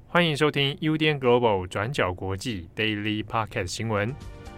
欢迎收听 UDN Global 转角国际 Daily Podcast 新闻。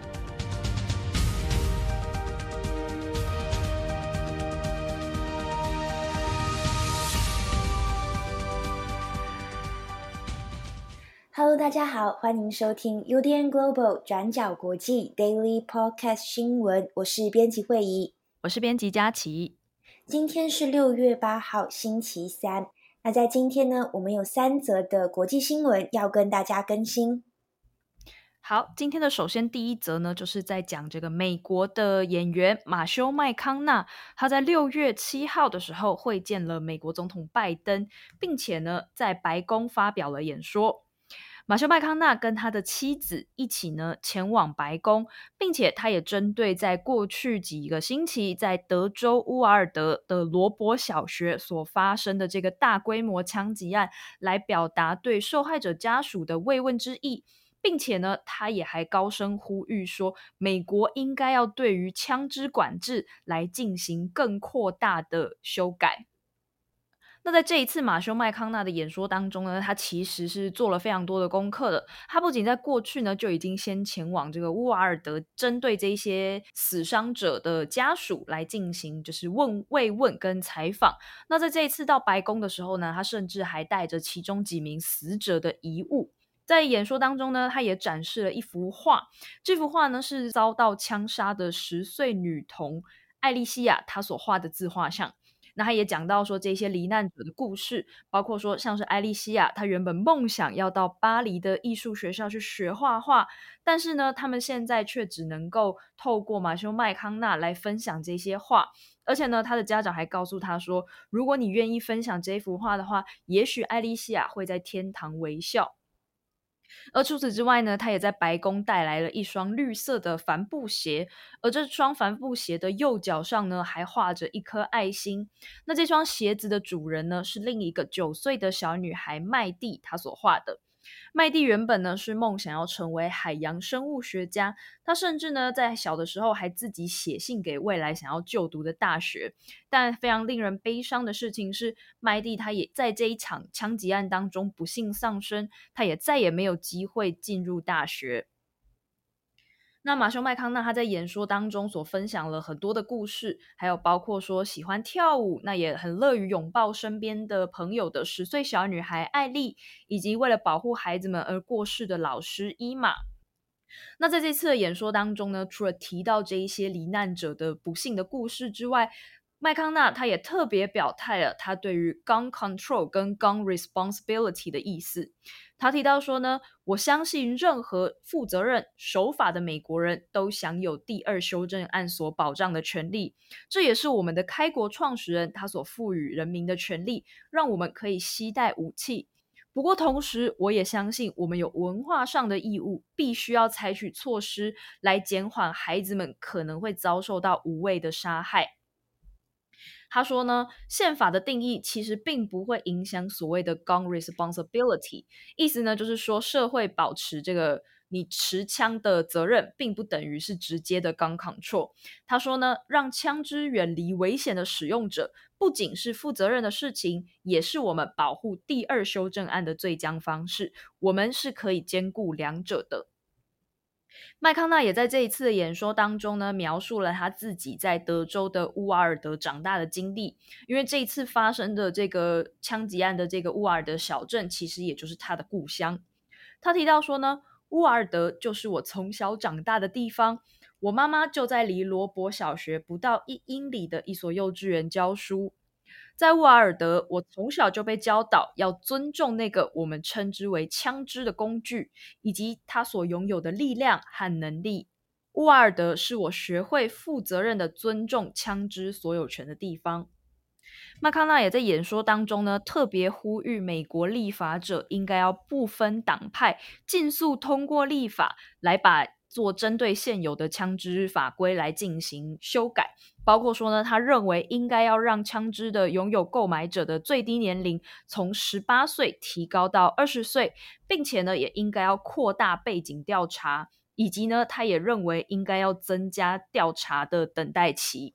Hello， 大家好，欢迎收听 UDN Global 转角国际 Daily Podcast 新闻，我是编辑慧仪， 我是编辑佳琪。 今天是6月8号，星期三。那在今天呢，我们有3则的国际新闻要跟大家更新。 好，今天的首先第一则呢，就是在讲这个美国的演员马修麦康纳，他在6月7号的时候会见了美国总统拜登，并且呢，在白宫发表了演说。马修麦康纳跟他的妻子一起呢前往白宫，并且他也针对在过去几个星期在德州乌瓦尔德的罗伯小学所发生的这个大规模枪击案，来表达对受害者家属的慰问之意。并且呢，他也还高声呼吁说，美国应该要对于枪支管制来进行更扩大的修改。那在这一次马修麦康纳的演说当中呢，他其实是做了非常多的功课的。他不仅在过去呢就已经先前往这个乌瓦尔德，针对这些死伤者的家属来进行就是慰问跟采访。那在这一次到白宫的时候呢，他甚至还带着其中几名死者的遗物。在演说当中呢，他也展示了一幅画，这幅画呢是遭到枪杀的10岁女童艾莉西亚她所画的自画像。那他也讲到说这些罹难者的故事，包括说像是艾莉西亚，她原本梦想要到巴黎的艺术学校去学画画，但是呢，他们现在却只能够透过马修麦康纳来分享这些画。而且呢，他的家长还告诉他说，如果你愿意分享这幅画的话，也许艾莉西亚会在天堂微笑。而除此之外呢，他也在白宫带来了一双绿色的帆布鞋，而这双帆布鞋的右脚上呢，还画着一颗爱心。那这双鞋子的主人呢，是另一个9岁的小女孩麦蒂，她所画的。麦蒂原本呢是梦想要成为海洋生物学家，他甚至呢在小的时候还自己写信给未来想要就读的大学。但非常令人悲伤的事情是，麦蒂他也在这一场枪击案当中不幸丧生，他也再也没有机会进入大学。那马修麦康纳他在演说当中所分享了很多的故事，还有包括说喜欢跳舞，那也很乐于拥抱身边的朋友的10岁小女孩艾丽，以及为了保护孩子们而过世的老师伊玛。那在这次的演说当中呢，除了提到这一些罹难者的不幸的故事之外，麦康纳他也特别表态了他对于 gun control 跟 gun responsibility 的意思。他提到说呢，我相信任何负责任守法的美国人都享有第2修正案所保障的权利，这也是我们的开国创始人他所赋予人民的权利，让我们可以携带武器。不过同时我也相信我们有文化上的义务，必须要采取措施来减缓孩子们可能会遭受到无谓的杀害。他说呢，宪法的定义其实并不会影响所谓的 gun responsibility， 意思呢就是说社会保持这个你持枪的责任，并不等于是直接的 gun control。他说呢，让枪支远离危险的使用者，不仅是负责任的事情，也是我们保护第2修正案的最佳方式。我们是可以兼顾两者的。麦康纳也在这一次的演说当中呢，描述了他自己在德州的乌瓦尔德长大的经历。因为这一次发生的这个枪击案的这个乌瓦尔德小镇，其实也就是他的故乡。他提到说呢，乌瓦尔德就是我从小长大的地方，我妈妈就在离罗伯小学不到1英里的一所幼稚园教书。在乌瓦尔德，我从小就被教导要尊重那个我们称之为枪支的工具，以及它所拥有的力量和能力。乌瓦尔德是我学会负责任的尊重枪支所有权的地方。麦康纳也在演说当中呢，特别呼吁美国立法者应该要不分党派，尽速通过立法，来把做针对现有的枪支法规来进行修改。包括说呢，他认为应该要让枪支的拥有购买者的最低年龄从18岁提高到20岁，并且呢，也应该要扩大背景调查，以及呢，他也认为应该要增加调查的等待期。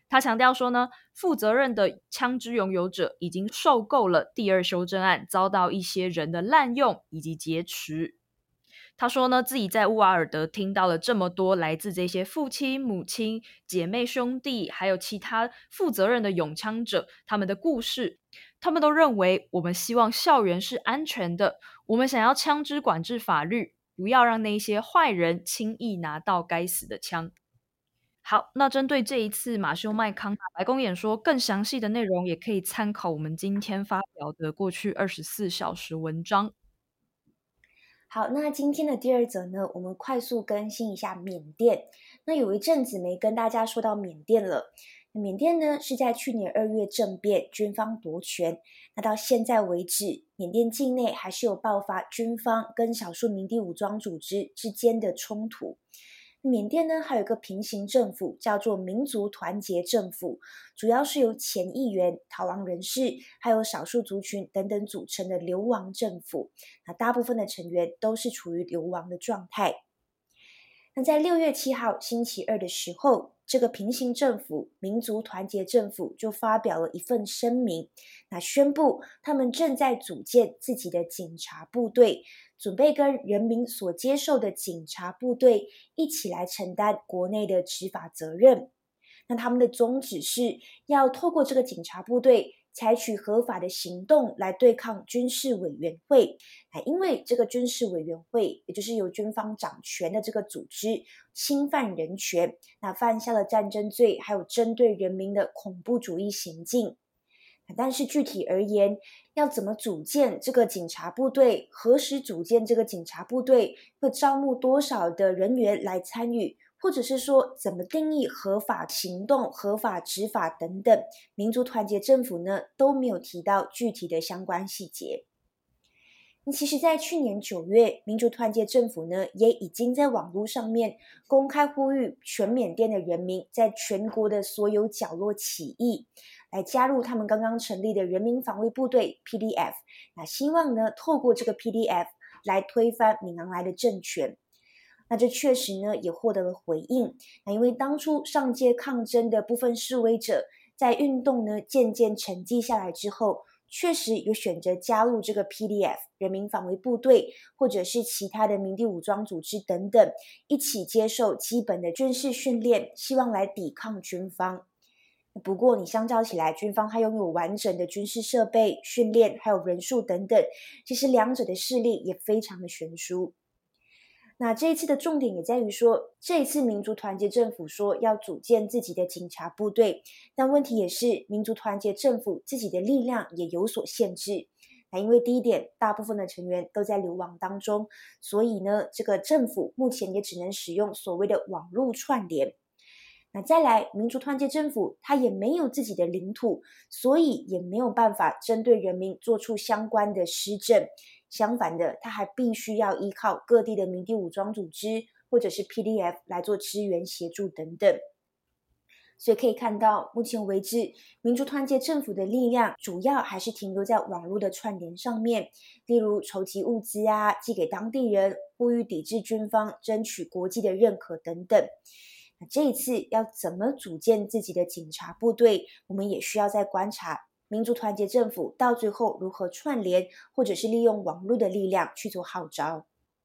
他强调说呢，负责任的枪支拥有者已经受够了第二修正案遭到一些人的滥用以及劫持。他说呢，自己在乌瓦尔德听到了这么多来自这些父亲、母亲、姐妹、兄弟，还有其他负责任的拥枪者他们的故事。他们都认为，我们希望校园是安全的，我们想要枪支管制法律，不要让那些坏人轻易拿到该死的枪。好，那针对这一次马修麦康纳白宫演说更详细的内容，也可以参考我们今天发表的过去24小时文章。 好，那今天的第二则呢，我们快速更新一下缅甸。那有一阵子没跟大家说到缅甸了。缅甸呢是在去年2月政变，军方夺权。那到现在为止，缅甸境内还是有爆发军方跟少数民地武装组织之间的冲突。缅甸呢还有一个平行政府，叫做民族团结政府，主要是由前议员、逃亡人士还有少数族群等等组成的流亡政府。那大部分的成员都是处于流亡的状态。那在6月7号星期二的时候，这个平行政府民族团结政府就发表了一份声明，那宣布他们正在组建自己的警察部队，准备跟人民所接受的警察部队一起来承担国内的执法责任。那他们的宗旨是要透过这个警察部队采取合法的行动来对抗军事委员会。因为这个军事委员会，也就是由军方掌权的这个组织，侵犯人权，那犯下了战争罪，还有针对人民的恐怖主义行径。但是具体而言，要怎么组建这个警察部队，何时组建这个警察部队，会招募多少的人员来参与，或者是说怎么定义合法行动、合法执法等等，民族团结政府呢都没有提到具体的相关细节。其实在去年9月，民族团结政府呢也已经在网络上面公开呼吁全缅甸的人民在全国的所有角落起义，来加入他们刚刚成立的人民防卫部队 PDF， 那希望呢透过这个 PDF 来推翻敏昂莱的政权。那这确实呢也获得了回应。那因为当初上街抗争的部分示威者，在运动呢渐渐沉寂下来之后，确实有选择加入这个 PDF 人民防卫部队，或者是其他的民地武装组织等等，一起接受基本的军事训练，希望来抵抗军方。不过你相较起来，军方它拥有完整的军事设备、训练还有人数等等，其实两者的势力也非常的悬殊。那这一次的重点也在于说，这一次民族团结政府说要组建自己的警察部队，但问题也是民族团结政府自己的力量也有所限制。那因为第一点，大部分的成员都在流亡当中，所以呢，这个政府目前也只能使用所谓的网络串联。那再来，民族团结政府它也没有自己的领土，所以也没有办法针对人民做出相关的施政。相反的，它还必须要依靠各地的民地武装组织或者是 PDF 来做支援协助等等。所以可以看到，目前为止，民族团结政府的力量主要还是停留在网络的串联上面，例如筹集物资啊，寄给当地人，呼吁抵制军方，争取国际的认可等等。那这一次要怎么组建自己的警察部队，我们也需要再观察民族团结政府到最后如何串联，或者是利用网络的力量去做号召。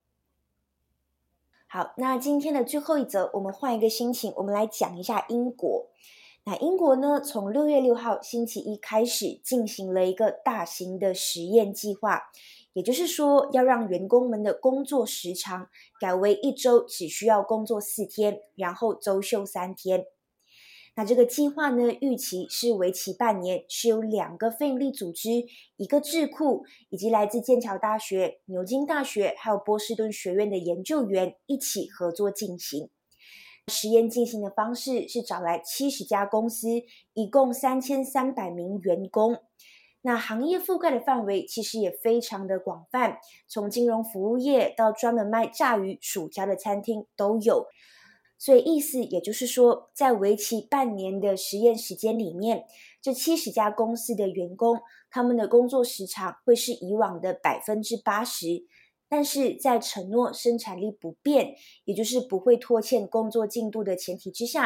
好，那今天的最后一则，我们换一个心情，我们来讲一下英国。那英国呢，从6月6号星期一开始进行了一个大型的实验计划，也就是说要让员工们的工作时长改为1周只需要工作4天，然后周休3天。那这个计划呢，预期是为期半年，是由2个非营利组织、一个智库以及来自剑桥大学、牛津大学还有波士顿学院的研究员一起合作进行。实验进行的方式是找来70家公司，一共3300名员工。那行业覆盖的范围其实也非常的广泛，从金融服务业到专门卖炸鱼、薯条的餐厅都有。所以意思也就是说，在为期半年的实验时间里面，这70家公司的员工，他们的工作时长会是以往的 80%， 但是在承诺生产力不变，也就是不会拖欠工作进度的前提之下，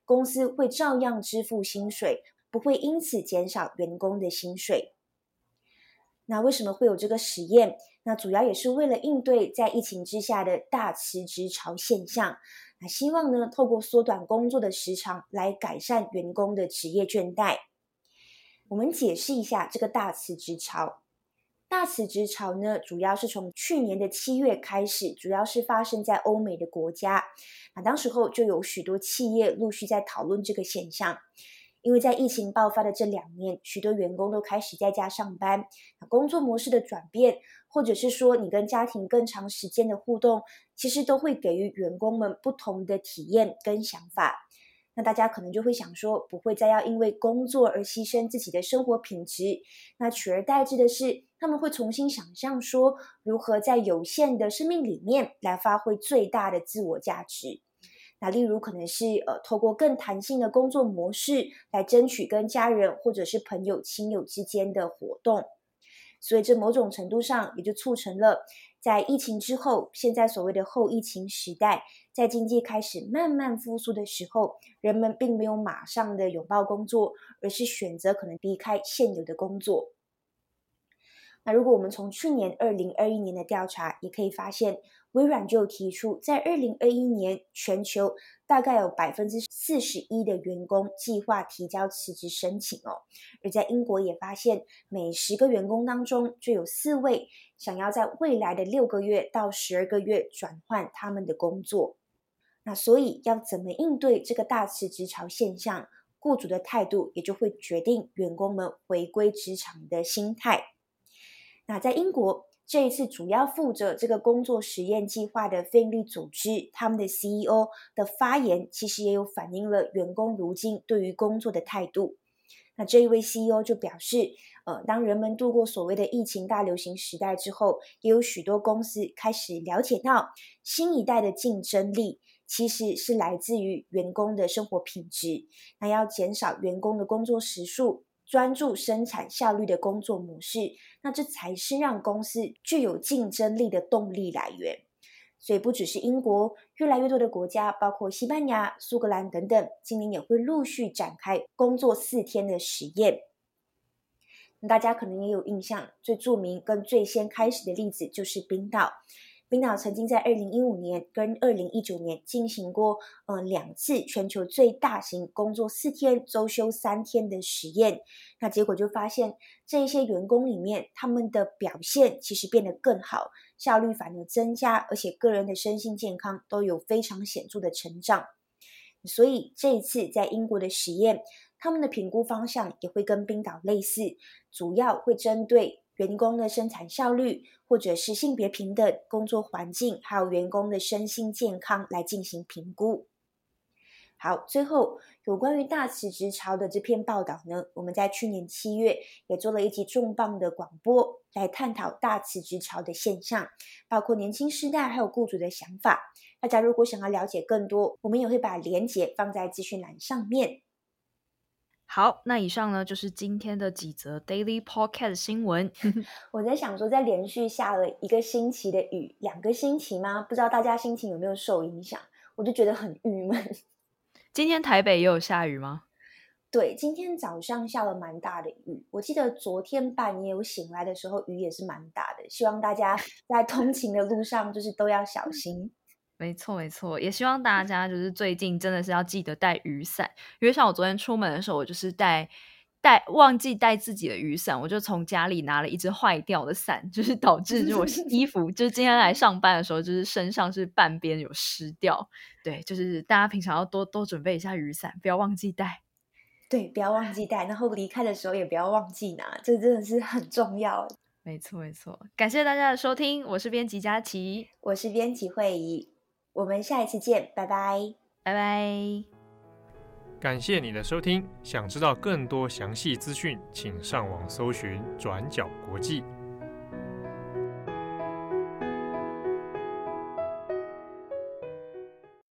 公司会照样支付薪水，不会因此减少员工的薪水。那为什么会有这个实验？那主要也是为了应对在疫情之下的大辞职潮现象。那希望呢，透过缩短工作的时长来改善员工的职业倦怠。我们解释一下这个大辞职潮。大辞职潮呢，主要是从去年的7月开始，主要是发生在欧美的国家。那当时候就有许多企业陆续在讨论这个现象。因为在疫情爆发的这2年，许多员工都开始在家上班，工作模式的转变，或者是说你跟家庭更长时间的互动，其实都会给予员工们不同的体验跟想法。那大家可能就会想说，不会再要因为工作而牺牲自己的生活品质，那取而代之的是，他们会重新想象说，如何在有限的生命里面来发挥最大的自我价值。那例如可能是透过更弹性的工作模式来争取跟家人或者是朋友亲友之间的活动。所以这某种程度上也就促成了在疫情之后，现在所谓的后疫情时代，在经济开始慢慢复苏的时候，人们并没有马上的拥抱工作，而是选择可能离开现有的工作。那如果我们从去年2021年的调查也可以发现，微软就提出在2021年全球大概有 41% 的员工计划提交辞职申请而在英国也发现每10个员工当中就有4位想要在未来的6个月到12个月转换他们的工作。那所以要怎么应对这个大辞职潮现象，雇主的态度也就会决定员工们回归职场的心态。那在英国，这一次主要负责这个工作实验计划的非营利组织，他们的 CEO 的发言其实也有反映了员工如今对于工作的态度。那这一位 CEO 就表示，当人们度过所谓的疫情大流行时代之后，也有许多公司开始了解到新一代的竞争力其实是来自于员工的生活品质，那要减少员工的工作时数，专注生产效率的工作模式，那这才是让公司具有竞争力的动力来源。所以不只是英国，越来越多的国家，包括西班牙、苏格兰等等，今年也会陆续展开工作4天的实验。大家可能也有印象，最著名跟最先开始的例子就是冰岛。冰岛曾经在2015年跟2019年进行过2次全球最大型工作4天周休3天的实验，那结果就发现这一些员工里面，他们的表现其实变得更好，效率反而增加，而且个人的身心健康都有非常显著的成长。所以这一次在英国的实验，他们的评估方向也会跟冰岛类似，主要会针对员工的生产效率，或者是性别平等、工作环境，还有员工的身心健康来进行评估。好，最后有关于大辞职潮的这篇报道呢，我们在去年7月也做了一集重磅的广播，来探讨大辞职潮的现象，包括年轻世代还有雇主的想法。大家如果想要了解更多，我们也会把连结放在资讯栏上面。 好，那以上呢就是今天的几则 Daily Podcast 新闻。 我在想说，在连续下了1个星期的雨，2个星期吗？不知道大家心情有没有受影响？我就觉得很郁闷。 今天台北也有下雨吗？ 对，今天早上下了蛮大的雨，我记得昨天半夜我醒来的时候雨也是蛮大的，希望大家在通勤的路上就是都要小心。 没错没错，也希望大家就是最近真的是要记得带雨伞，因为像我昨天出门的时候，我就是忘记带自己的雨伞，我就从家里拿了一只坏掉的伞，就是导致就我衣服就是今天来上班的时候，就是身上是半边有湿掉。对，就是大家平常要多准备一下雨伞，不要忘记带。 对，不要忘记带，然后离开的时候也不要忘记拿，这真的是很重要。 没错没错，感谢大家的收听，我是编辑佳琪， 我是编辑慧仪，我们下一次见，拜拜， 拜拜。 感谢你的收听，想知道更多详细资讯，请上网搜寻转角国际。